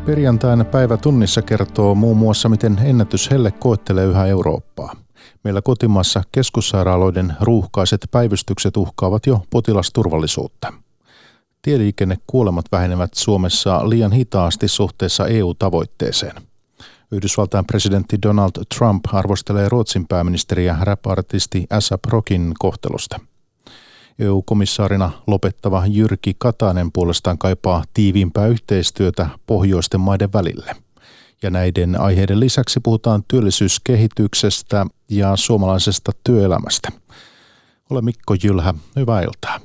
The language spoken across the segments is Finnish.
Perjantaina Päivä tunnissa kertoo muun muassa, miten ennätyshelle koettelee yhä Eurooppaa. Meillä kotimaassa keskussairaaloiden ruuhkaiset päivystykset uhkaavat jo potilasturvallisuutta. Tieliikennekuolemat vähenevät Suomessa liian hitaasti suhteessa EU-tavoitteeseen. Yhdysvaltain presidentti Donald Trump arvostelee Ruotsin pääministeriä rap-artisti A$AP Rockin kohtelusta. EU-komissaarina lopettava Jyrki Katainen puolestaan kaipaa tiiviimpää yhteistyötä pohjoisten maiden välille. Ja näiden aiheiden lisäksi puhutaan työllisyyskehityksestä ja suomalaisesta työelämästä. Ole Mikko Jylhä, hyvää iltaa.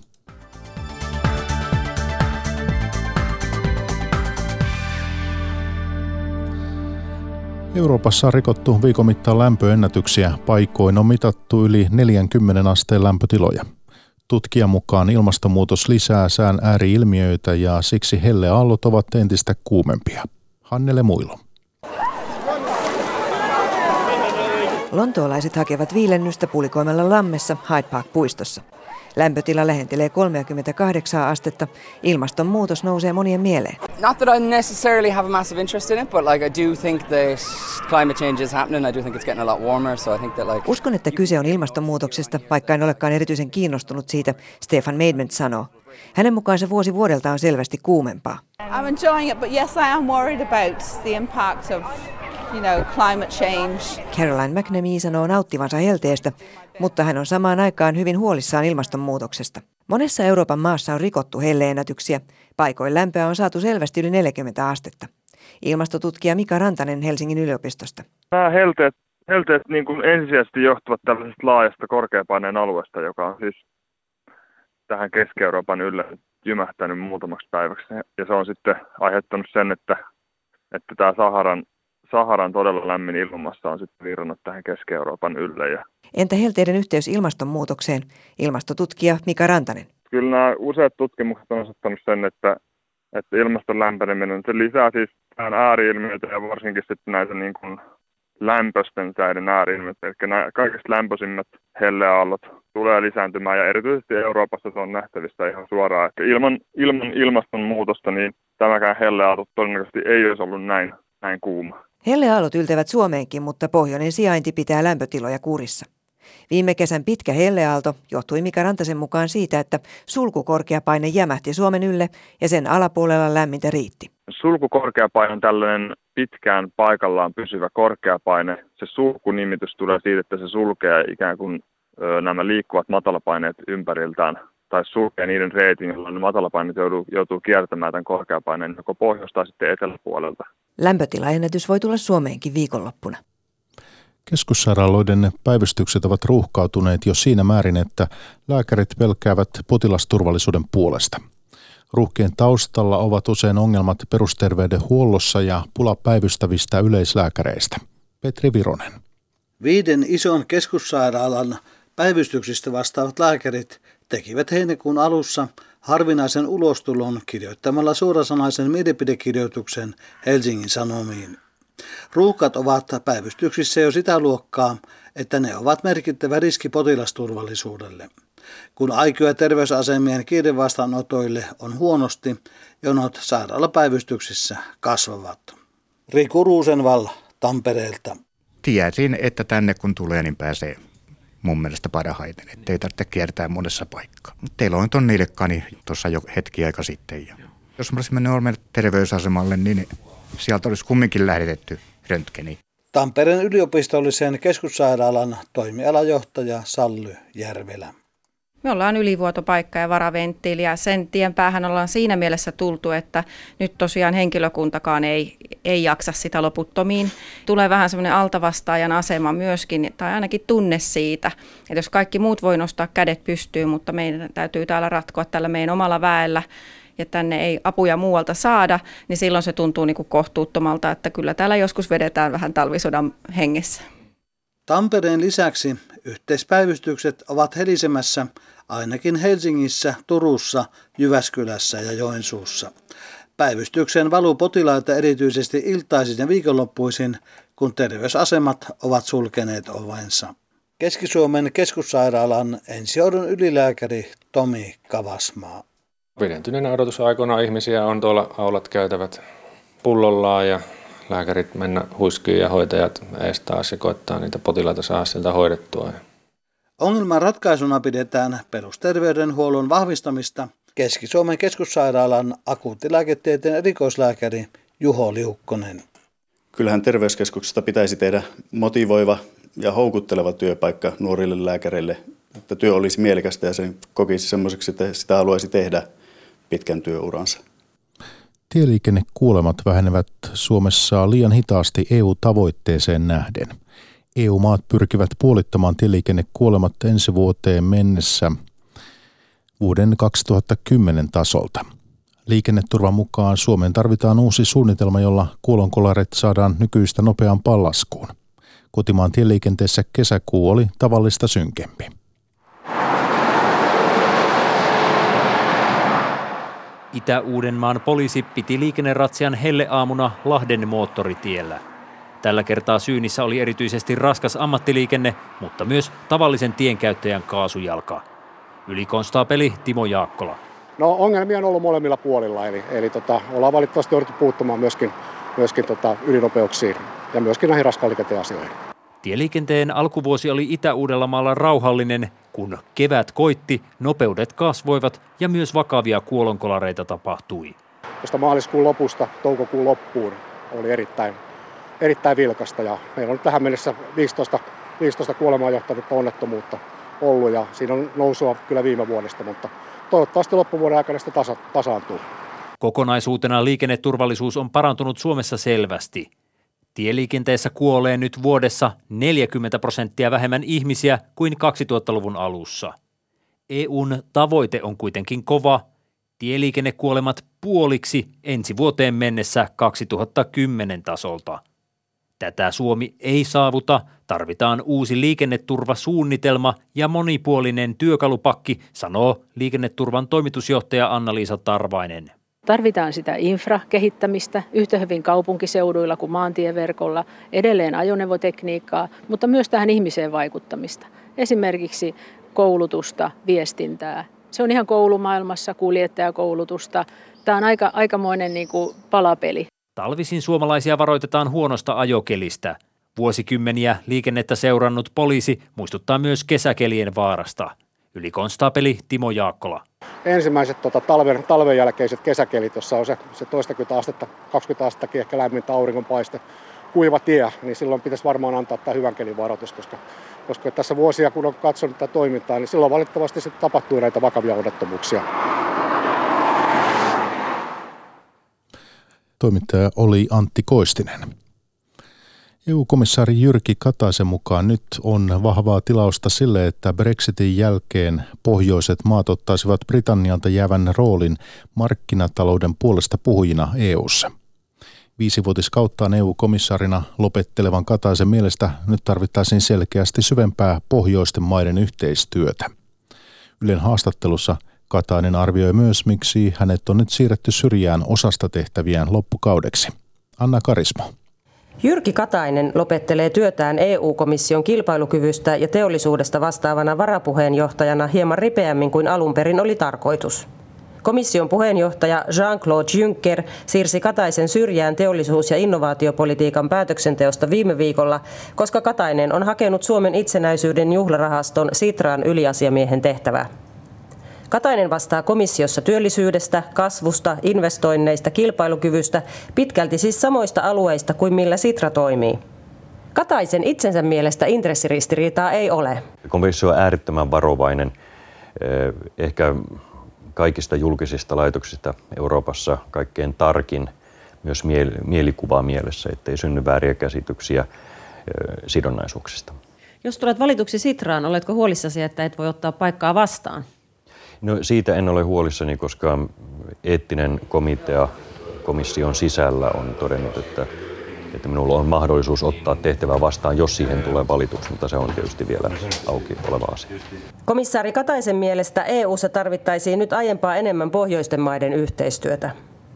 Euroopassa on rikottu viikon mittaan lämpöennätyksiä. Paikoin on mitattu yli 40 asteen lämpötiloja. Tutkijan mukaan ilmastonmuutos lisää sään ääri-ilmiöitä ja siksi helleaallot ovat entistä kuumempia. Hannele Muilo. Lontoolaiset hakevat viilennystä pulikoimalla lammessa Hyde Park-puistossa. Lämpötila lähentelee 38 astetta. Ilmastonmuutos nousee monien mieleen. Not that I necessarily have a massive interest in it, but I do think that climate change is happening. I do think it's getting a lot warmer, so I think that Uskon, että kyse on ilmastonmuutoksesta, vaikka en olekaan erityisen kiinnostunut siitä, Stefan Maidment sanoo. Hänen mukaansa vuosi vuodelta on selvästi kuumempaa. I'm enjoying it, but yes, I am worried about the impact of climate change. Caroline McNamee sanoo nauttivansa helteestä, mutta hän on samaan aikaan hyvin huolissaan ilmastonmuutoksesta. Monessa Euroopan maassa on rikottu helleennätyksiä. Paikoin lämpöä on saatu selvästi yli 40 astetta. Ilmastotutkija Mika Rantanen Helsingin yliopistosta. Nämä helteet niin kuin ensisijaisesti johtuvat tällaisesta laajasta korkeapaineen alueesta, joka on siis tähän Keski-Euroopan ylle jymähtänyt muutamaksi päiväksi. Ja se on sitten aiheuttanut sen, että tämä Saharan todella lämmin ilmassa on sitten virrannut tähän Keski-Euroopan ylle. Entä helteiden yhteys ilmastonmuutokseen? Ilmastotutkija Mika Rantanen. Kyllä nämä useat tutkimukset on osoittanut sen, että ilmaston lämpeneminen se lisää siis tähän ääri-ilmiöitä ja varsinkin sitten näitä niin kuin lämpöisten säiden ääri-ilmiöitä. Eli nämä kaikista lämpöisimmät helleaallot tulee lisääntymään ja erityisesti Euroopassa se on nähtävissä ihan suoraan. Että ilman ilmastonmuutosta niin tämäkään helleaalto todennäköisesti ei olisi ollut näin kuuma. Helleaallot yltävät Suomeenkin, mutta pohjoinen sijainti pitää lämpötiloja kurissa. Viime kesän pitkä helleaalto johtui Mika Rantasen mukaan siitä, että sulkukorkeapaine jämähti Suomen ylle ja sen alapuolella lämmintä riitti. Sulkukorkeapaine on tällainen pitkään paikallaan pysyvä korkeapaine. Se sulkunimitys tulee siitä, että se sulkee ikään kuin nämä liikkuvat matalapaineet ympäriltään tai sulkee niiden reitin, jolloin matalapaineet joutuu kiertämään tämän korkeapaineen joko pohjoista tai sitten eteläpuolelta. Lämpötilaennätys voi tulla Suomeenkin viikonloppuna. Keskussairaaloiden päivystykset ovat ruuhkautuneet jo siinä määrin, että lääkärit pelkäävät potilasturvallisuuden puolesta. Ruuhkien taustalla ovat usein ongelmat perusterveydenhuollossa ja pula päivystävistä yleislääkäreistä. Petri Vironen. 5 ison keskussairaalan päivystyksistä vastaavat lääkärit tekivät heinäkuun alussa harvinaisen ulostulon kirjoittamalla suorasanaisen mielipidekirjoituksen Helsingin Sanomiin. Ruuhkat ovat päivystyksissä jo sitä luokkaa, että ne ovat merkittävä riski potilasturvallisuudelle. Kun aikoja terveysasemien kiirevastaanotoille on huonosti, jonot sairaalapäivystyksissä kasvavat. Riku Ruusenvall Tampereelta. Tiesin, että tänne kun tulee, niin pääsee mun mielestä parhaiten, ettei tarvitse kiertää monessa paikkaa. Teillä on ton nilkkani tuossa jo hetki aika sitten. Ja jos mä olisin mennyt terveysasemalle, niin sieltä olisi kumminkin lähetetty röntgeni. Tampereen yliopistollisen keskussairaalan toimialajohtaja Sally Järvelä. Me ollaan ylivuotopaikka ja varaventtiili ja sen tien päähän ollaan siinä mielessä tultu, että nyt tosiaan henkilökuntakaan ei jaksa sitä loputtomiin. Tulee vähän semmoinen altavastaajan asema myöskin, tai ainakin tunne siitä, että jos kaikki muut voi nostaa kädet pystyyn, mutta meidän täytyy täällä ratkoa tällä meidän omalla väellä, ja tänne ei apuja muualta saada, niin silloin se tuntuu niin kuin kohtuuttomalta, että kyllä täällä joskus vedetään vähän talvisodan hengessä. Tampereen lisäksi yhteispäivystykset ovat helisemässä ainakin Helsingissä, Turussa, Jyväskylässä ja Joensuussa. Päivystykseen valuu potilaita erityisesti iltaisin ja viikonloppuisin, kun terveysasemat ovat sulkeneet ovensa. Keski-Suomen keskussairaalan ensihoidon ylilääkäri Tomi Kavasmaa. Pidentyneenä odotusaikoina ihmisiä on tuolla aulat käytävät pullollaan ja lääkärit mennä huiskiin ja hoitajat ees taas ja koittaa niitä potilaita saada sieltä hoidettua. Ongelman ratkaisuna pidetään perusterveydenhuollon vahvistamista. Keski-Suomen keskussairaalan akuuttilääketieteen erikoislääkäri Juho Liukkonen. Kyllähän terveyskeskuksesta pitäisi tehdä motivoiva ja houkutteleva työpaikka nuorille lääkäreille, että työ olisi mielekästä ja se kokisi semmoiseksi, että sitä haluaisi tehdä pitkän työuransa. Tieliikennekuolemat vähenevät Suomessa liian hitaasti EU-tavoitteeseen nähden. EU-maat pyrkivät puolittamaan tieliikennekuolemat ensi vuoteen mennessä vuoden 2010 tasolta. Liikenneturvan mukaan Suomeen tarvitaan uusi suunnitelma, jolla kuolonkolarit saadaan nykyistä nopeampaan laskuun. Kotimaan tieliikenteessä kesäkuu oli tavallista synkempi. Itä-Uudenmaan poliisi piti liikenneratsian helleaamuna Lahden moottoritiellä. Tällä kertaa syynissä oli erityisesti raskas ammattiliikenne, mutta myös tavallisen tienkäyttäjän kaasujalka. Ylikonstaapeli Timo Jaakkola. No, ongelmia on ollut molemmilla puolilla, eli ollaan valitettavasti jouduttu puuttumaan myöskin ylinopeuksiin ja myöskin näihin raskaan liikenteen asioihin. Tieliikenteen alkuvuosi oli Itä-Uudellamaalla rauhallinen, kun kevät koitti, nopeudet kasvoivat ja myös vakavia kuolonkolareita tapahtui. Tuosta maaliskuun lopusta toukokuun loppuun oli erittäin vilkasta ja meillä on nyt tähän mennessä 15 kuolemaan johtanutta onnettomuutta ollut ja siinä on nousua kyllä viime vuodesta, mutta toivottavasti loppuvuoden aikana sitä tasaantuu. Kokonaisuutena liikenneturvallisuus on parantunut Suomessa selvästi. Tieliikenteessä kuolee nyt vuodessa 40% vähemmän ihmisiä kuin 2000-luvun alussa. EUn tavoite on kuitenkin kova. Tieliikennekuolemat puoliksi ensi vuoteen mennessä 2010 tasolta. Tätä Suomi ei saavuta. Tarvitaan uusi liikenneturvasuunnitelma ja monipuolinen työkalupakki, sanoo liikenneturvan toimitusjohtaja Anna-Liisa Tarvainen. Tarvitaan sitä infrakehittämistä yhtä hyvin kaupunkiseuduilla kuin maantieverkolla, edelleen ajoneuvotekniikkaa, mutta myös tähän ihmiseen vaikuttamista. Esimerkiksi koulutusta, viestintää. Se on ihan koulumaailmassa, kuljettajakoulutusta. Tämä on aikamoinen palapeli. Talvisin suomalaisia varoitetaan huonosta ajokelistä. Vuosikymmeniä liikennettä seurannut poliisi muistuttaa myös kesäkelien vaarasta. Ylikonstaapeli Timo Jaakkola. Ensimmäiset talven jälkeiset kesäkelit, jossa on se toistakymmentä astetta, 20 astettakin ehkä lämmintä auringonpaiste, kuiva tie, niin silloin pitäisi varmaan antaa tämä hyvän kelin varoitus, koska tässä vuosia kun on katsonut tätä toimintaa, niin silloin valitettavasti sitten tapahtuu näitä vakavia onnettomuuksia. Toimittaja oli Antti Koistinen. EU-komissaari Jyrki Kataisen mukaan nyt on vahvaa tilausta sille, että Brexitin jälkeen pohjoiset maat ottaisivat Britannialta jäävän roolin markkinatalouden puolesta puhujina EU:ssa. 5-vuotiskauttaan EU-komissaarina lopettelevan Kataisen mielestä nyt tarvittaisiin selkeästi syvempää pohjoisten maiden yhteistyötä. Ylen haastattelussa Katainen arvioi myös, miksi hänet on nyt siirretty syrjään osasta tehtäviään loppukaudeksi. Anna Karismo. Jyrki Katainen lopettelee työtään EU-komission kilpailukyvystä ja teollisuudesta vastaavana varapuheenjohtajana hieman ripeämmin kuin alun perin oli tarkoitus. Komission puheenjohtaja Jean-Claude Juncker siirsi Kataisen syrjään teollisuus- ja innovaatiopolitiikan päätöksenteosta viime viikolla, koska Katainen on hakenut Suomen itsenäisyyden juhlarahaston Sitran yliasiamiehen tehtävää. Katainen vastaa komissiossa työllisyydestä, kasvusta, investoinneista, kilpailukyvystä, pitkälti siis samoista alueista kuin millä Sitra toimii. Kataisen itsensä mielestä intressiristiriitaa ei ole. Komissio on äärettömän varovainen. Ehkä kaikista julkisista laitoksista Euroopassa kaikkein tarkin myös mielikuvaa mielessä, ettei synny vääriä käsityksiä sidonnaisuuksista. Jos tulet valituksi Sitraan, oletko huolissasi, että et voi ottaa paikkaa vastaan? No, siitä en ole huolissani, koska eettinen komitea komission sisällä on todennut, että minulla on mahdollisuus ottaa tehtävää vastaan, jos siihen tulee valituksi, mutta se on tietysti vielä auki oleva asia. Komissaari Kataisen mielestä EU:ssa tarvittaisiin nyt aiempaa enemmän pohjoisten maiden yhteistyötä.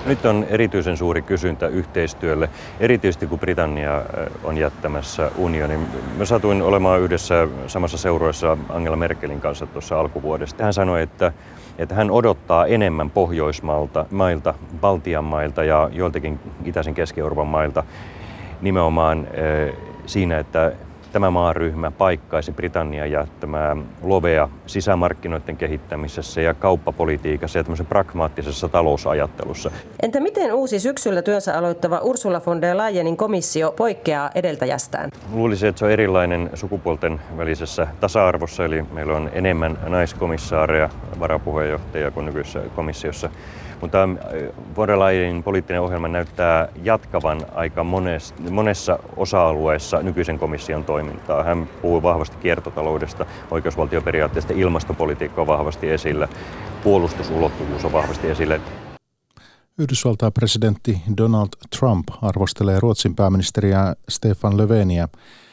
Nyt on erityisen suuri kysyntä yhteistyölle, erityisesti kun Britannia on jättämässä unionin. Mä satuin olemaan yhdessä samassa seurueessa Angela Merkelin kanssa tuossa alkuvuodesta. Hän sanoi, että hän odottaa enemmän Pohjoismailta, Baltian mailta ja joiltakin itäisen Keski-Euroopan mailta nimenomaan siinä, että tämä maaryhmä paikkaisi Britannian jättämää lovea sisämarkkinoiden kehittämisessä ja kauppapolitiikassa ja tämmöisessä pragmaattisessa talousajattelussa. Entä miten uusi syksyllä työnsä aloittava Ursula von der Leyenin komissio poikkeaa edeltäjästään? Luulisin, että se on erilainen sukupuolten välisessä tasa-arvossa, eli meillä on enemmän naiskomissaareja, varapuheenjohtajia kuin nykyisessä komissiossa. Mutta von der Leyenin poliittinen ohjelma näyttää jatkavan aika monessa osa-alueessa nykyisen komission toimintaa. Hän puhuu vahvasti kiertotaloudesta, oikeusvaltioperiaatteesta, ilmastopolitiikka on vahvasti esillä, puolustusulottuvuus on vahvasti esillä. Yhdysvaltain presidentti Donald Trump arvostelee Ruotsin pääministeriä Stefan Löfveniä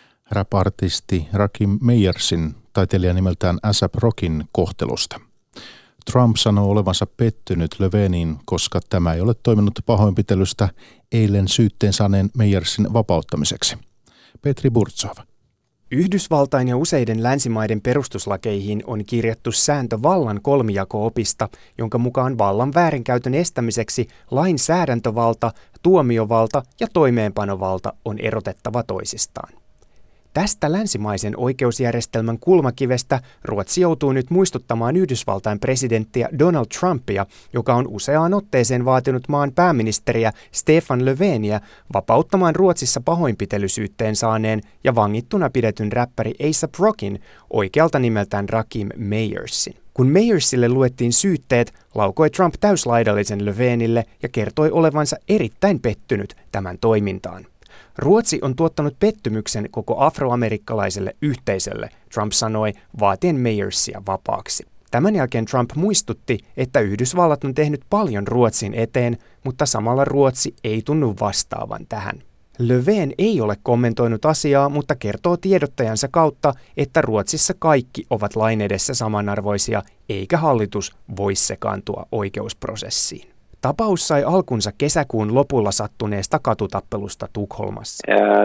rap-artisti Rakim Meyersin taiteilija nimeltään A$AP Rockin kohtelusta. Trump sanoo olevansa pettynyt Löfveniin, koska tämä ei ole toiminut pahoinpitelystä eilen syytteen saaneen Meyersin vapauttamiseksi. Petri Burtsov. Yhdysvaltain ja useiden länsimaiden perustuslakeihin on kirjattu sääntö vallan kolmijako-opista, jonka mukaan vallan väärinkäytön estämiseksi lainsäädäntövalta, tuomiovalta ja toimeenpanovalta on erotettava toisistaan. Tästä länsimaisen oikeusjärjestelmän kulmakivestä Ruotsi joutuu nyt muistuttamaan Yhdysvaltain presidenttiä Donald Trumpia, joka on useaan otteeseen vaatinut maan pääministeriä Stefan Löfveniä vapauttamaan Ruotsissa pahoinpitelysyytteen saaneen ja vangittuna pidetyn räppäri A$AP Rockin oikealta nimeltään Rakim Meyersin. Kun Meyersille luettiin syytteet, laukoi Trump täyslaidallisen Löfvenille ja kertoi olevansa erittäin pettynyt tämän toimintaan. Ruotsi on tuottanut pettymyksen koko afroamerikkalaiselle yhteisölle, Trump sanoi vaatien Meyersia vapaaksi. Tämän jälkeen Trump muistutti, että Yhdysvallat on tehnyt paljon Ruotsin eteen, mutta samalla Ruotsi ei tunnu vastaavan tähän. Löfven ei ole kommentoinut asiaa, mutta kertoo tiedottajansa kautta, että Ruotsissa kaikki ovat lain edessä samanarvoisia, eikä hallitus voi sekaantua oikeusprosessiin. Tapaus sai alkunsa kesäkuun lopulla sattuneesta katutappelusta Tukholmassa.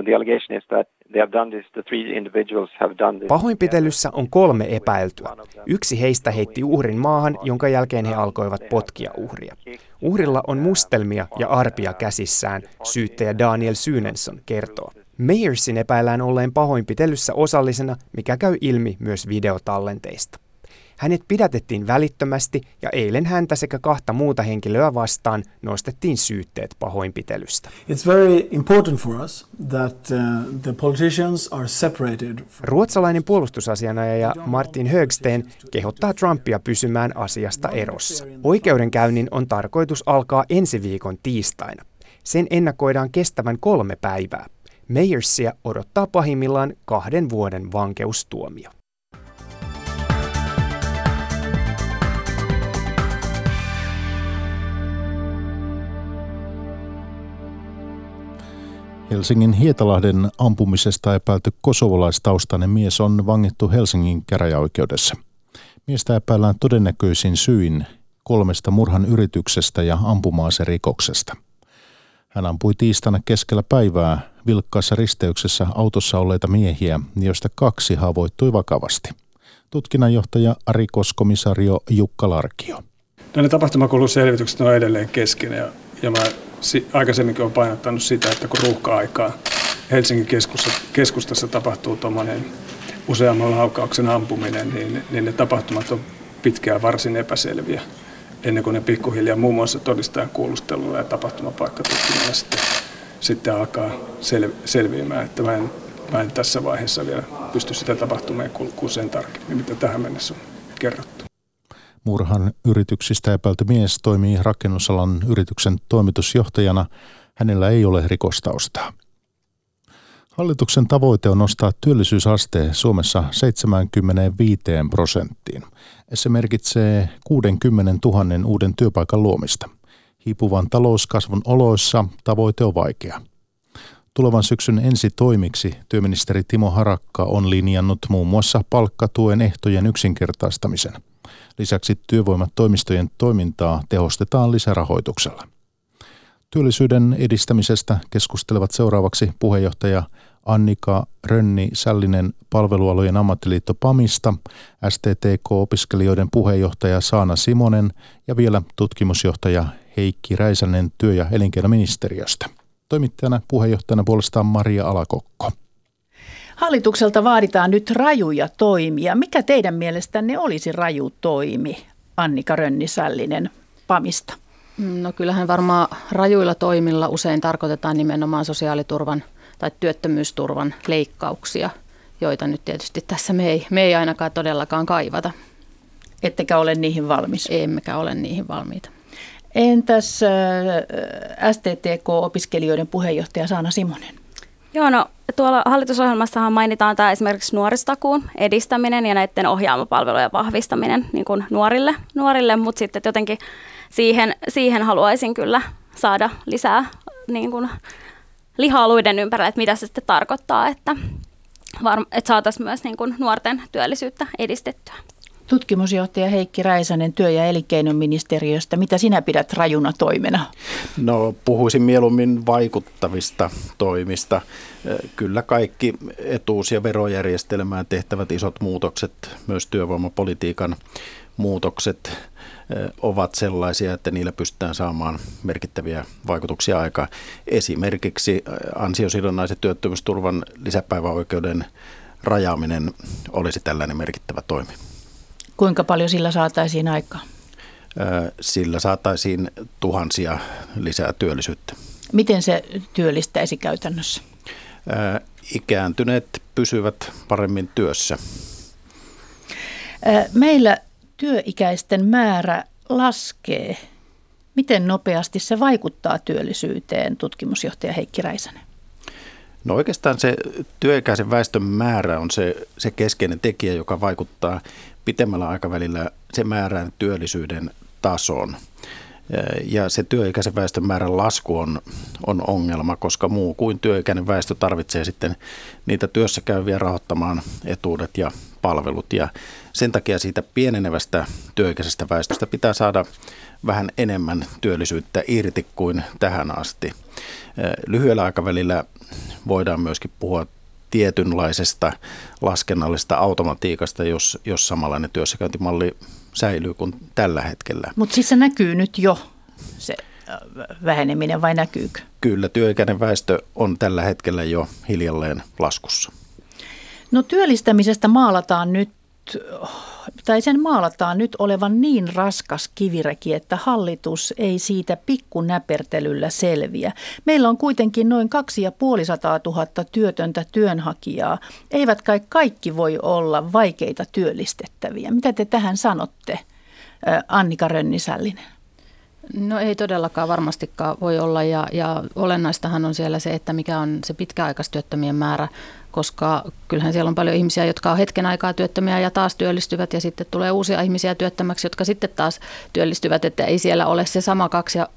Pahoinpitelyssä on 3 epäiltyä. Yksi heistä heitti uhrin maahan, jonka jälkeen he alkoivat potkia uhria. Uhrilla on mustelmia ja arpia käsissään, syyttäjä Daniel Synensson kertoo. Meyersin epäillään olleen pahoinpitelyssä osallisena, mikä käy ilmi myös videotallenteista. Hänet pidätettiin välittömästi ja eilen häntä sekä 2 muuta henkilöä vastaan nostettiin syytteet pahoinpitelystä. It's very important for us that the politicians are separated. Ruotsalainen puolustusasianajaja Martin Högsten kehottaa Trumpia pysymään asiasta erossa. Oikeudenkäynnin on tarkoitus alkaa ensi viikon tiistaina. Sen ennakoidaan kestävän 3 päivää. Meyersia odottaa pahimmillaan 2 vuoden vankeustuomio. Helsingin Hietalahden ampumisesta epäilty kosovolaistaustainen mies on vangittu Helsingin käräjäoikeudessa. Miestä epäillään todennäköisin syin 3 murhan yrityksestä ja ampuma-aserikoksesta. Hän ampui tiistaina keskellä päivää vilkkaassa risteyksessä autossa olleita miehiä, joista 2 haavoittui vakavasti. Tutkinnanjohtaja rikoskomisario Jukka Larkio. Ne tapahtumakuuluselvitykset on edelleen kesken ja mä aikaisemminkin olen painottanut sitä, että kun ruuhka-aikaa Helsingin keskustassa tapahtuu tuommoinen useamman laukauksen ampuminen, niin ne tapahtumat on pitkään varsin epäselviä, ennen kuin ne pikkuhiljaa muun muassa todistajan kuulustelulla ja tapahtumapaikkatutkimulla sitten alkaa selviämään, että mä en tässä vaiheessa vielä pysty sitä tapahtumien kulkuun sen tarkemmin, mitä tähän mennessä on kerrottu. Murhan yrityksistä epäilty mies toimii rakennusalan yrityksen toimitusjohtajana. Hänellä ei ole rikostaustaa. Hallituksen tavoite on nostaa työllisyysaste Suomessa 75%. Se merkitsee 60 000 uuden työpaikan luomista. Hiipuvan talouskasvun oloissa tavoite on vaikea. Tulevan syksyn ensitoimiksi työministeri Timo Harakka on linjannut muun muassa palkkatuen ehtojen yksinkertaistamisen. Lisäksi työvoimatoimistojen toimintaa tehostetaan lisärahoituksella. Työllisyyden edistämisestä keskustelevat seuraavaksi puheenjohtaja Annika Rönni-Sällinen Palvelualojen ammattiliitto PAMista, STTK-opiskelijoiden puheenjohtaja Saana Simonen ja vielä tutkimusjohtaja Heikki Räisänen työ- ja elinkeinoministeriöstä. Toimittajana puheenjohtajana puolestaan Maria Alakokko. Hallitukselta vaaditaan nyt rajuja toimia. Mikä teidän mielestänne olisi raju toimi, Annika Rönni-Sällinen PAMista? No kyllähän varmaan rajuilla toimilla usein tarkoitetaan nimenomaan sosiaaliturvan tai työttömyysturvan leikkauksia, joita nyt tietysti tässä me ei ainakaan todellakaan kaivata. Ettekä ole niihin valmis? Emmekä ole niihin valmiita. Entäs STTK-opiskelijoiden puheenjohtaja Saana Simonen? Joo, no tuolla hallitusohjelmassahan mainitaan tämä esimerkiksi nuorisotakuun edistäminen ja näiden ohjaamopalvelujen vahvistaminen niin kuin nuorille, mutta sitten jotenkin siihen haluaisin kyllä saada lisää niin kuin lihaa luiden ympärille, että mitä se sitten tarkoittaa, että saataisiin myös niin kuin nuorten työllisyyttä edistettyä. Tutkimusjohtaja Heikki Räisänen työ- ja elinkeinoministeriöstä. Mitä sinä pidät rajuna toimena? No puhuisin mieluummin vaikuttavista toimista. Kyllä kaikki etuus- ja verojärjestelmään tehtävät isot muutokset, myös työvoimapolitiikan muutokset ovat sellaisia, että niillä pystytään saamaan merkittäviä vaikutuksia aikaan. Esimerkiksi ansiosidonnaisen työttömyysturvan lisäpäiväoikeuden rajaaminen olisi tällainen merkittävä toimi. Kuinka paljon sillä saataisiin aikaan? Sillä saataisiin tuhansia lisää työllisyyttä. Miten se työllistäisi käytännössä? Ikääntyneet pysyvät paremmin työssä. Meillä työikäisten määrä laskee. Miten nopeasti se vaikuttaa työllisyyteen, tutkimusjohtaja Heikki Räisänen? No oikeastaan se työikäisen väestön määrä on se keskeinen tekijä, joka vaikuttaa pitemmällä aikavälillä se määrään työllisyyden tasoon. Ja se työikäisen väestön määrän lasku on ongelma, koska muu kuin työikäinen väestö tarvitsee sitten niitä työssä käyviä rahoittamaan etuudet ja palvelut. Ja sen takia siitä pienenevästä työikäisestä väestöstä pitää saada vähän enemmän työllisyyttä irti kuin tähän asti. Lyhyellä aikavälillä voidaan myöskin puhua tietynlaisesta laskennallisesta automatiikasta, jos samanlainen työssäkäyntimalli säilyy kuin tällä hetkellä. Mutta siis se näkyy nyt jo, se väheneminen, vai näkyykö? Kyllä, työikäinen väestö on tällä hetkellä jo hiljalleen laskussa. No työllistämisestä maalataan nyt olevan niin raskas kivireki, että hallitus ei siitä pikkunäpertelyllä selviä. Meillä on kuitenkin noin 250 000 työtöntä työnhakijaa. Eivät kai kaikki voi olla vaikeita työllistettäviä. Mitä te tähän sanotte, Annika Rönni-Sällinen? No ei todellakaan varmastikaan voi olla ja olennaistahan on siellä se, että mikä on se pitkäaikaistyöttömien määrä, koska kyllähän siellä on paljon ihmisiä, jotka on hetken aikaa työttömiä ja taas työllistyvät ja sitten tulee uusia ihmisiä työttömäksi, jotka sitten taas työllistyvät, että ei siellä ole se sama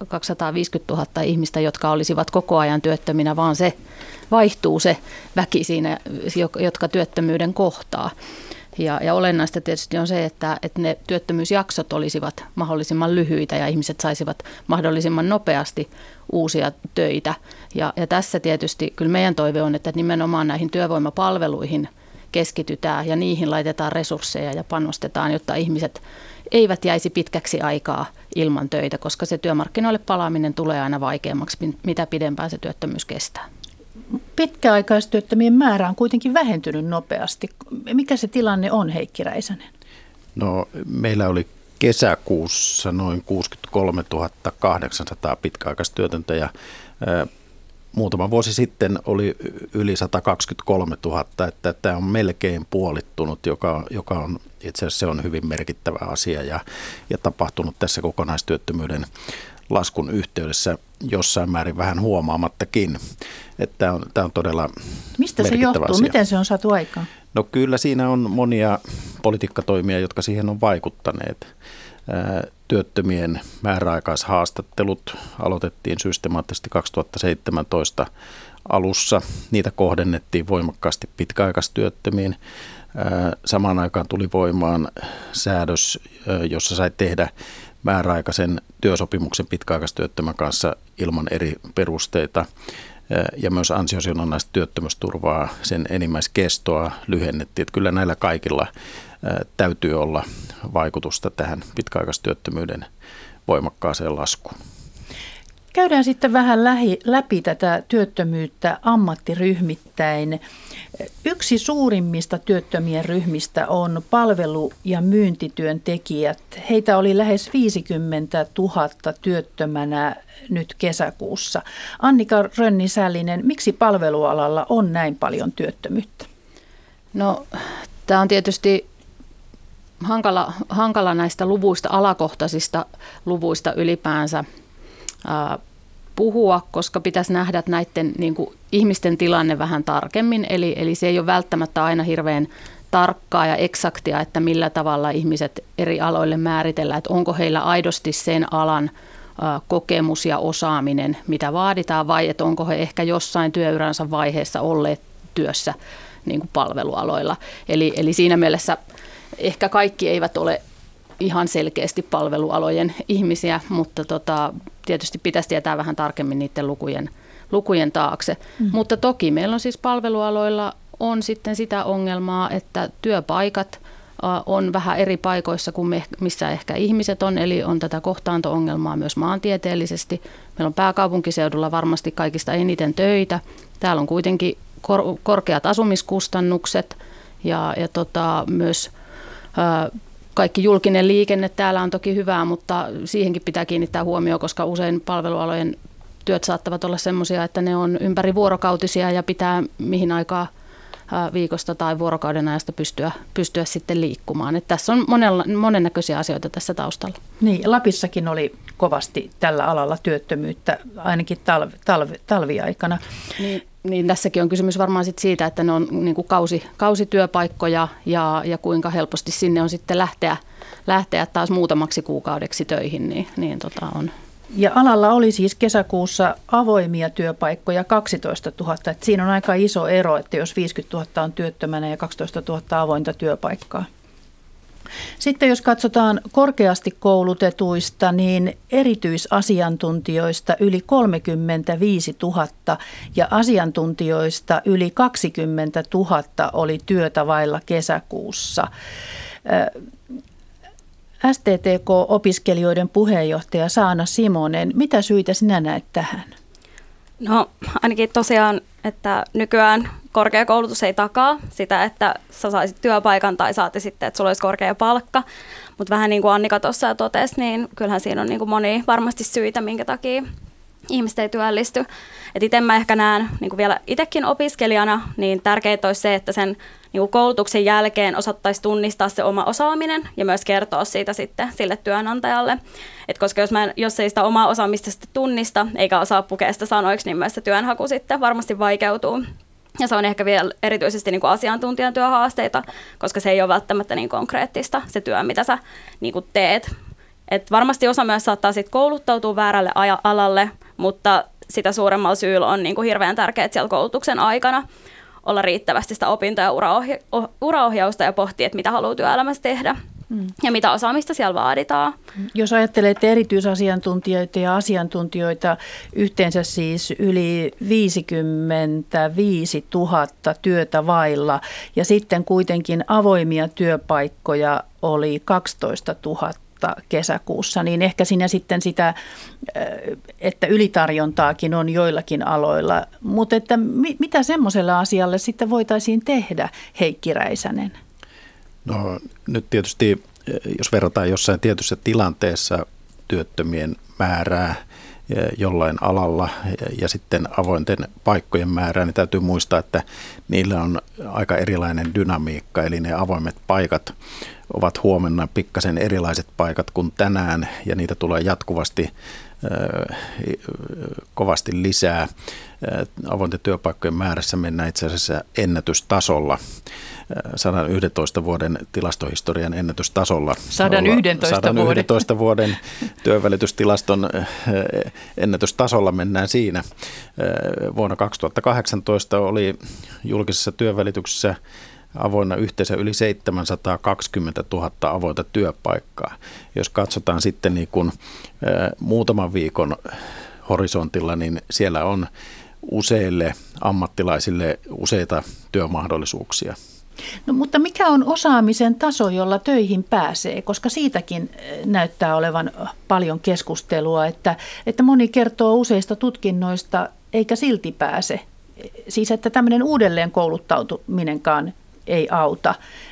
250 000 ihmistä, jotka olisivat koko ajan työttöminä, vaan se vaihtuu se väki siinä, jotka työttömyyden kohtaa. Ja olennaista tietysti on se, että ne työttömyysjaksot olisivat mahdollisimman lyhyitä ja ihmiset saisivat mahdollisimman nopeasti uusia töitä. Ja tässä tietysti kyllä meidän toive on, että nimenomaan näihin työvoimapalveluihin keskitytään ja niihin laitetaan resursseja ja panostetaan, jotta ihmiset eivät jäisi pitkäksi aikaa ilman töitä, koska se työmarkkinoille palaaminen tulee aina vaikeammaksi, mitä pidempään se työttömyys kestää. Pitkäaikaistyöttömien määrä on kuitenkin vähentynyt nopeasti. Mikä se tilanne on, Heikki Räisänen? No meillä oli kesäkuussa noin 63 800 pitkäaikaistyötöntä ja muutama vuosi sitten oli yli 123 000, että tämä on melkein puolittunut, joka on itse asiassa se on hyvin merkittävä asia ja tapahtunut tässä kokonaistyöttömyyden laskun yhteydessä jossain määrin vähän huomaamattakin. Että tämä on todella mistä se johtuu? Asia. Miten se on saatu aikaan? No kyllä siinä on monia politiikkatoimia, jotka siihen on vaikuttaneet. Työttömien määräaikaishaastattelut aloitettiin systemaattisesti 2017 alussa. Niitä kohdennettiin voimakkaasti pitkäaikaistyöttömiin. Samaan aikaan tuli voimaan säädös, jossa sai tehdä määräaikaisen työsopimuksen pitkäaikaistyöttömän kanssa ilman eri perusteita. Ja myös ansiosidonnaista työttömyysturvaa, sen enimmäiskestoa lyhennettiin. Että kyllä näillä kaikilla täytyy olla vaikutusta tähän pitkäaikaistyöttömyyden voimakkaaseen laskuun. Käydään sitten vähän läpi tätä työttömyyttä ammattiryhmittäin. Yksi suurimmista työttömien ryhmistä on palvelu- ja myyntityöntekijät. Heitä oli lähes 50 000 työttömänä nyt kesäkuussa. Annika Rönni-Sällinen, miksi palvelualalla on näin paljon työttömyyttä? No, tämä on tietysti hankala näistä luvuista, alakohtaisista luvuista ylipäänsä puhua, koska pitäisi nähdä näiden niin kuin ihmisten tilanne vähän tarkemmin. Eli se ei ole välttämättä aina hirveän tarkkaa ja eksaktia, että millä tavalla ihmiset eri aloille määritellään, että onko heillä aidosti sen alan kokemus ja osaaminen, mitä vaaditaan, vai että onko he ehkä jossain työuransa vaiheessa olleet työssä niin kuin palvelualoilla. Eli siinä mielessä ehkä kaikki eivät ole ihan selkeästi palvelualojen ihmisiä, mutta tietysti pitäisi tietää vähän tarkemmin niiden lukujen taakse. Mutta toki meillä on siis palvelualoilla on sitten sitä ongelmaa, että työpaikat on vähän eri paikoissa kuin missä ehkä ihmiset on, eli on tätä kohtaanto-ongelmaa myös maantieteellisesti. Meillä on pääkaupunkiseudulla varmasti kaikista eniten töitä. Täällä on kuitenkin korkeat asumiskustannukset ja myös kaikki julkinen liikenne täällä on toki hyvää, mutta siihenkin pitää kiinnittää huomioon, koska usein palvelualojen työt saattavat olla semmoisia, että ne on ympärivuorokautisia ja pitää mihin aikaa viikosta tai vuorokauden ajasta pystyä sitten liikkumaan. Että tässä on monennäköisiä asioita tässä taustalla. Niin, Lapissakin oli kovasti tällä alalla työttömyyttä, ainakin talviaikana. Niin tässäkin on kysymys varmaan sit siitä, että ne on niin kuin kausityöpaikkoja ja kuinka helposti sinne on sitten lähteä taas muutamaksi kuukaudeksi töihin, niin on. Ja alalla oli siis kesäkuussa avoimia työpaikkoja 12 000. Että siinä on aika iso ero, että jos 50 000 on työttömänä ja 12 000 avointa työpaikkaa. Sitten jos katsotaan korkeasti koulutetuista, niin erityisasiantuntijoista yli 35 000 ja asiantuntijoista yli 20 000 oli työtä vailla kesäkuussa. STTK-opiskelijoiden puheenjohtaja Saana Simonen, mitä syitä sinä näet tähän? No ainakin tosiaan, että nykyään korkeakoulutus ei takaa sitä, että sä saisit työpaikan tai saati sitten, että sulla olisi korkea palkka. Mutta vähän niin kuin Annika tuossa totesi, niin kyllähän siinä on niin kuin monia varmasti syitä, minkä takia ihmiset ei työllisty. Et itse mä ehkä näen niin kuin vielä itsekin opiskelijana, niin tärkeintä olisi se, että sen niin kuin koulutuksen jälkeen osattaisi tunnistaa se oma osaaminen ja myös kertoa siitä sitten sille työnantajalle. Et koska jos ei sitä omaa osaamista sitten tunnista eikä osaa pukea sitä sanoiksi, niin myös se työnhaku sitten varmasti vaikeutuu. Ja se on ehkä vielä erityisesti niin kuin asiantuntijan työhaasteita, koska se ei ole välttämättä niin konkreettista se työ, mitä sä niin kuin teet. Et varmasti osa myös saattaa sit kouluttautua väärälle alalle, mutta sitä suuremmalla syyllä on niin kuin hirveän tärkeää siellä koulutuksen aikana olla riittävästi sitä opinto- ja uraohjausta ja pohtia, että mitä haluaa työelämässä tehdä ja mitä osaamista siellä vaaditaan. Jos ajattelette erityisasiantuntijoita ja asiantuntijoita, yhteensä siis yli 55 000 työtä vailla ja sitten kuitenkin avoimia työpaikkoja oli 12 000 kesäkuussa, niin ehkä siinä sitten sitä, että ylitarjontaakin on joillakin aloilla. Mutta että mitä semmoiselle asialle sitten voitaisiin tehdä, Heikki Räisänen? No nyt tietysti, jos verrataan jossain tietyssä tilanteessa työttömien määrää jollain alalla ja sitten avointen paikkojen määrää, niin täytyy muistaa, että niillä on aika erilainen dynamiikka, eli ne avoimet paikat ovat huomenna pikkasen erilaiset paikat kuin tänään, ja niitä tulee jatkuvasti kovasti lisää. Avointen työpaikkojen määrässä mennään itse asiassa ennätystasolla. 111 vuoden tilastohistorian ennätystasolla. 111 vuoden työnvälitystilaston ennätystasolla mennään siinä. Vuonna 2018 oli julkisessa työnvälityksessä avoinna yhteensä yli 720 000 avointa työpaikkaa. Jos katsotaan sitten niin kuin muutaman viikon horisontilla, niin siellä on useille ammattilaisille useita työmahdollisuuksia. No, mutta mikä on osaamisen taso, jolla töihin pääsee? Koska siitäkin näyttää olevan paljon keskustelua, että moni kertoo useista tutkinnoista eikä silti pääse. Siis että tämmöinen uudelleen kouluttautuminenkaan ei auta.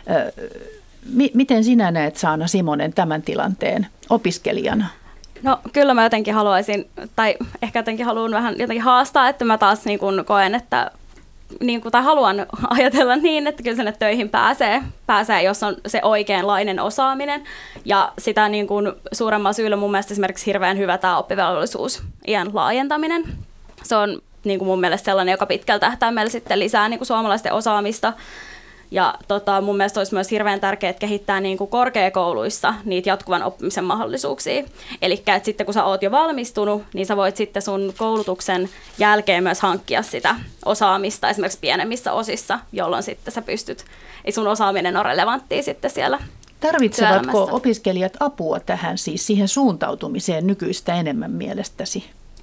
Miten sinä näet, Saana Simonen, tämän tilanteen opiskelijana? No kyllä mä jotenkin haluaisin, tai ehkä jotenkin haluan vähän jotenkin haastaa, että mä taas niin kuin koen, että tai haluan ajatella niin, että kyllä sinne töihin pääsee, jos on se oikeanlainen osaaminen. Ja sitä niin kuin suuremmalla syyllä mun mielestä esimerkiksi hirveän hyvä tämä oppivelvollisuusiän laajentaminen. Se on niin kuin mun mielestä sellainen, joka pitkällä tähtäimellä sitten lisää niin kuin suomalaisten osaamista. Ja mun mielestä olisi myös hirveän tärkeää kehittää niin kuin korkeakouluissa niitä jatkuvan oppimisen mahdollisuuksia. Eli että sitten kun sä oot jo valmistunut, niin sä voit sitten sun koulutuksen jälkeen myös hankkia sitä osaamista esimerkiksi pienemmissä osissa, jolloin sitten sä pystyt, ei sun osaaminen ole relevanttia sitten siellä. Tarvitsevatko opiskelijat apua tähän, siis siihen suuntautumiseen nykyistä enemmän mielestäsi?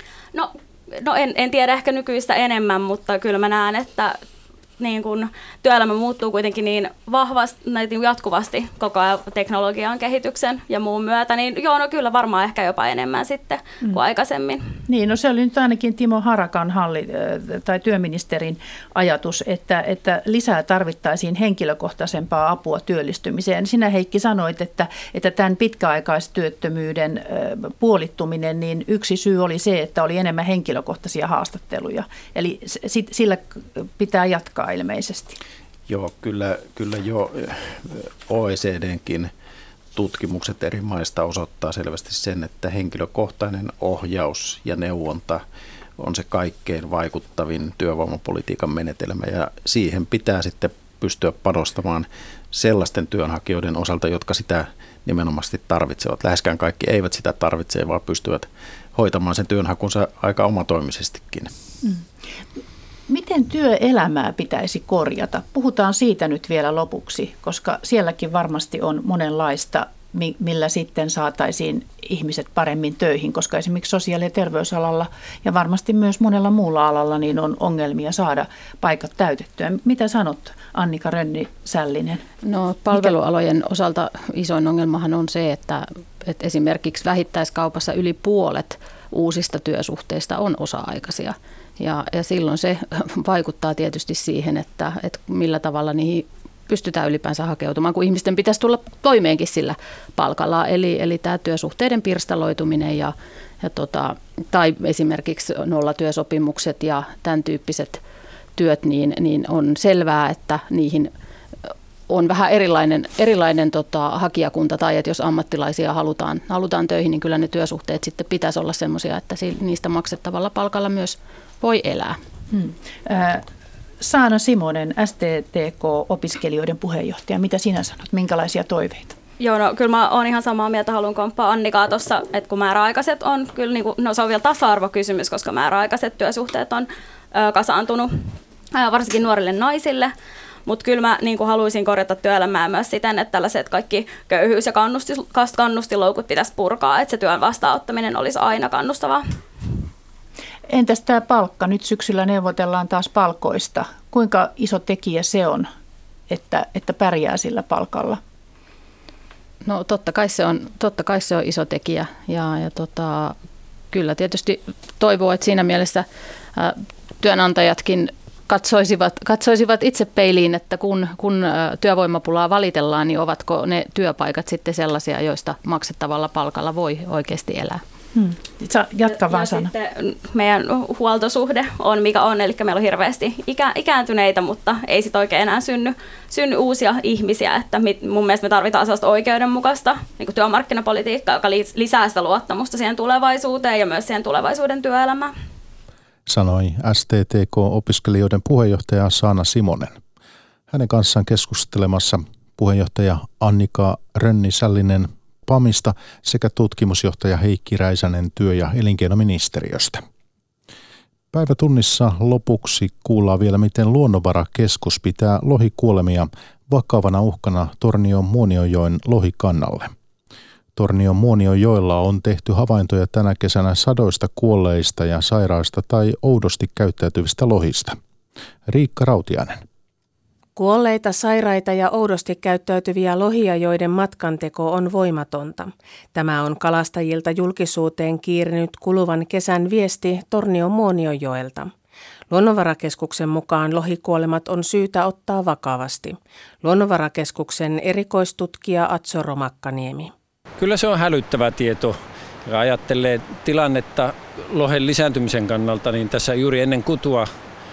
No en tiedä ehkä nykyistä enemmän, mutta kyllä mä näen, että niin kun työelämä muuttuu kuitenkin niin vahvasti, jatkuvasti koko ajan teknologian kehityksen ja muun myötä, niin joo, no kyllä varmaan ehkä jopa enemmän sitten kuin aikaisemmin. Niin, no se oli nyt ainakin Timo Harakan tai työministerin ajatus, että lisää tarvittaisiin henkilökohtaisempaa apua työllistymiseen. Sinä, Heikki, sanoit, että tämän pitkäaikaistyöttömyyden puolittuminen, niin yksi syy oli se, että oli enemmän henkilökohtaisia haastatteluja. Eli sillä pitää jatkaa ilmeisesti. Joo, kyllä jo OECDnkin tutkimukset eri maista osoittaa selvästi sen, että henkilökohtainen ohjaus ja neuvonta on se kaikkein vaikuttavin työvoimapolitiikan menetelmä, ja siihen pitää sitten pystyä panostamaan sellaisten työnhakijoiden osalta, jotka sitä nimenomaan tarvitsevat. Läheskään kaikki eivät sitä tarvitse, vaan pystyvät hoitamaan sen työnhakunsa aika omatoimisestikin. Miten työelämää pitäisi korjata? Puhutaan siitä nyt vielä lopuksi, koska sielläkin varmasti on monenlaista, millä sitten saataisiin ihmiset paremmin töihin, koska esimerkiksi sosiaali- ja terveysalalla ja varmasti myös monella muulla alalla niin on ongelmia saada paikat täytettyä. Mitä sanot, Annika Rönni-Sällinen? No, palvelualojen osalta isoin ongelmahan on se, että esimerkiksi vähittäiskaupassa yli puolet uusista työsuhteista on osa-aikaisia. Ja silloin se vaikuttaa tietysti siihen, että millä tavalla niihin pystytään ylipäänsä hakeutumaan, kun ihmisten pitäisi tulla toimeenkin sillä palkalla. Eli tämä työsuhteiden pirstaloituminen tai esimerkiksi nollatyösopimukset ja tämän tyyppiset työt, niin on selvää, että niihin on vähän erilainen hakijakunta, tai että jos ammattilaisia halutaan töihin, niin kyllä ne työsuhteet sitten pitäisi olla semmoisia, että niistä maksettavalla palkalla myös voi elää. Saana Simonen, STTK-opiskelijoiden puheenjohtaja, mitä sinä sanot, minkälaisia toiveita? Joo, no kyllä mä oon ihan samaa mieltä, haluan komppaa Annikaa tuossa, että kun määräaikaiset on kyllä, niin kuin, no se on vielä tasa-arvokysymys, koska määräaikaiset työsuhteet on kasaantunut varsinkin nuorille naisille. Mutta kyllä mä niin haluaisin korjata työelämää myös siten, että tällaiset kaikki köyhyys- ja kannustiloukut pitäisi purkaa, että se työn vastaanottaminen olisi aina kannustavaa. Entäs tämä palkka? Nyt syksyllä neuvotellaan taas palkoista. Kuinka iso tekijä se on, että pärjää sillä palkalla? No totta kai se on iso tekijä ja kyllä tietysti toivoo, että siinä mielessä työnantajatkin katsoisivat itse peiliin, että kun työvoimapulaa valitellaan, niin ovatko ne työpaikat sitten sellaisia, joista maksettavalla palkalla voi oikeasti elää. Jatka vaan, Sana. Sitten meidän huoltosuhde on mikä on, eli meillä on hirveästi ikääntyneitä, mutta ei sit oikein enää synny uusia ihmisiä. Että mun mielestä me tarvitaan sellaista oikeudenmukaista niin kuin työmarkkinapolitiikkaa, joka lisää sitä luottamusta siihen tulevaisuuteen ja myös siihen tulevaisuuden työelämään. Sanoi STTK-opiskelijoiden puheenjohtaja Saana Simonen. Hänen kanssaan keskustelemassa puheenjohtaja Annika Rönni-Sällinen PAMista sekä tutkimusjohtaja Heikki Räisänen työ- ja elinkeinoministeriöstä. Päivätunnissa lopuksi kuullaan vielä, miten Luonnonvarakeskus pitää lohikuolemia vakavana uhkana Tornion Muonionjoen lohikannalle. Tornion Muonionjoella on tehty havaintoja tänä kesänä sadoista kuolleista ja sairaista tai oudosti käyttäytyvistä lohista. Riikka Rautiainen. Kuolleita, sairaita ja oudosti käyttäytyviä lohia, joiden matkanteko on voimatonta. Tämä on kalastajilta julkisuuteen kiirinyt kuluvan kesän viesti Tornion Muonionjoelta. Luonnonvarakeskuksen mukaan lohikuolemat on syytä ottaa vakavasti. Luonnonvarakeskuksen erikoistutkija Atso Romakkaniemi. Kyllä se on hälyttävä tieto. Ja ajattelee tilannetta lohen lisääntymisen kannalta, niin tässä juuri ennen kutua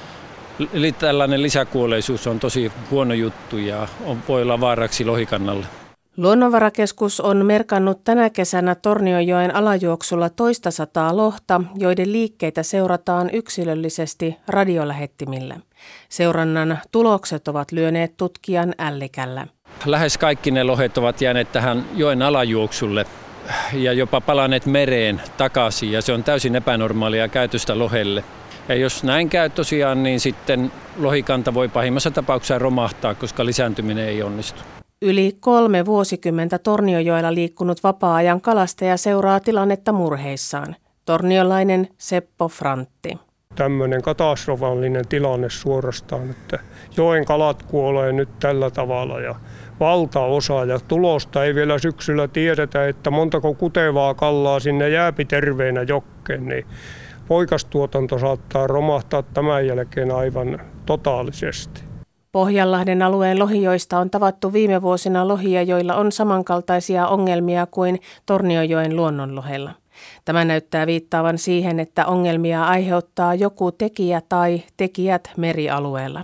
tällainen lisäkuolleisuus on tosi huono juttu ja voi olla vaaraksi lohikannalle. Luonnonvarakeskus on merkannut tänä kesänä Tornionjoen alajuoksulla toista sataa lohta, joiden liikkeitä seurataan yksilöllisesti radiolähettimillä. Seurannan tulokset ovat lyöneet tutkijan ällikällä. Lähes kaikki ne lohet ovat jääneet tähän joen alajuoksulle ja jopa palaneet mereen takaisin, ja se on täysin epänormaalia käytöstä lohelle. Ja jos näin käy tosiaan, niin sitten lohikanta voi pahimmassa tapauksessa romahtaa, koska lisääntyminen ei onnistu. Yli 3 vuosikymmentä Tornionjoella liikkunut vapaa-ajan kalastaja seuraa tilannetta murheissaan. Torniolainen Seppo Frantti. Tämmöinen katastrofaalinen tilanne suorastaan, että joen kalat kuolee nyt tällä tavalla ja valtaosa ja tulosta ei vielä syksyllä tiedetä, että montako kutevaa kallaa sinne jääpi terveenä jokkeen, niin poikastuotanto saattaa romahtaa tämän jälkeen aivan totaalisesti. Pohjanlahden alueen lohijoista on tavattu viime vuosina lohia, joilla on samankaltaisia ongelmia kuin Tornionjoen luonnonlohella. Tämä näyttää viittaavan siihen, että ongelmia aiheuttaa joku tekijä tai tekijät merialueella.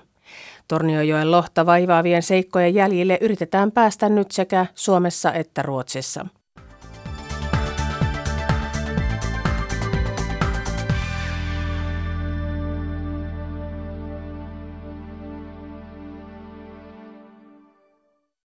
Tornionjoen lohta vaivaavien seikkojen jäljille yritetään päästä nyt sekä Suomessa että Ruotsissa.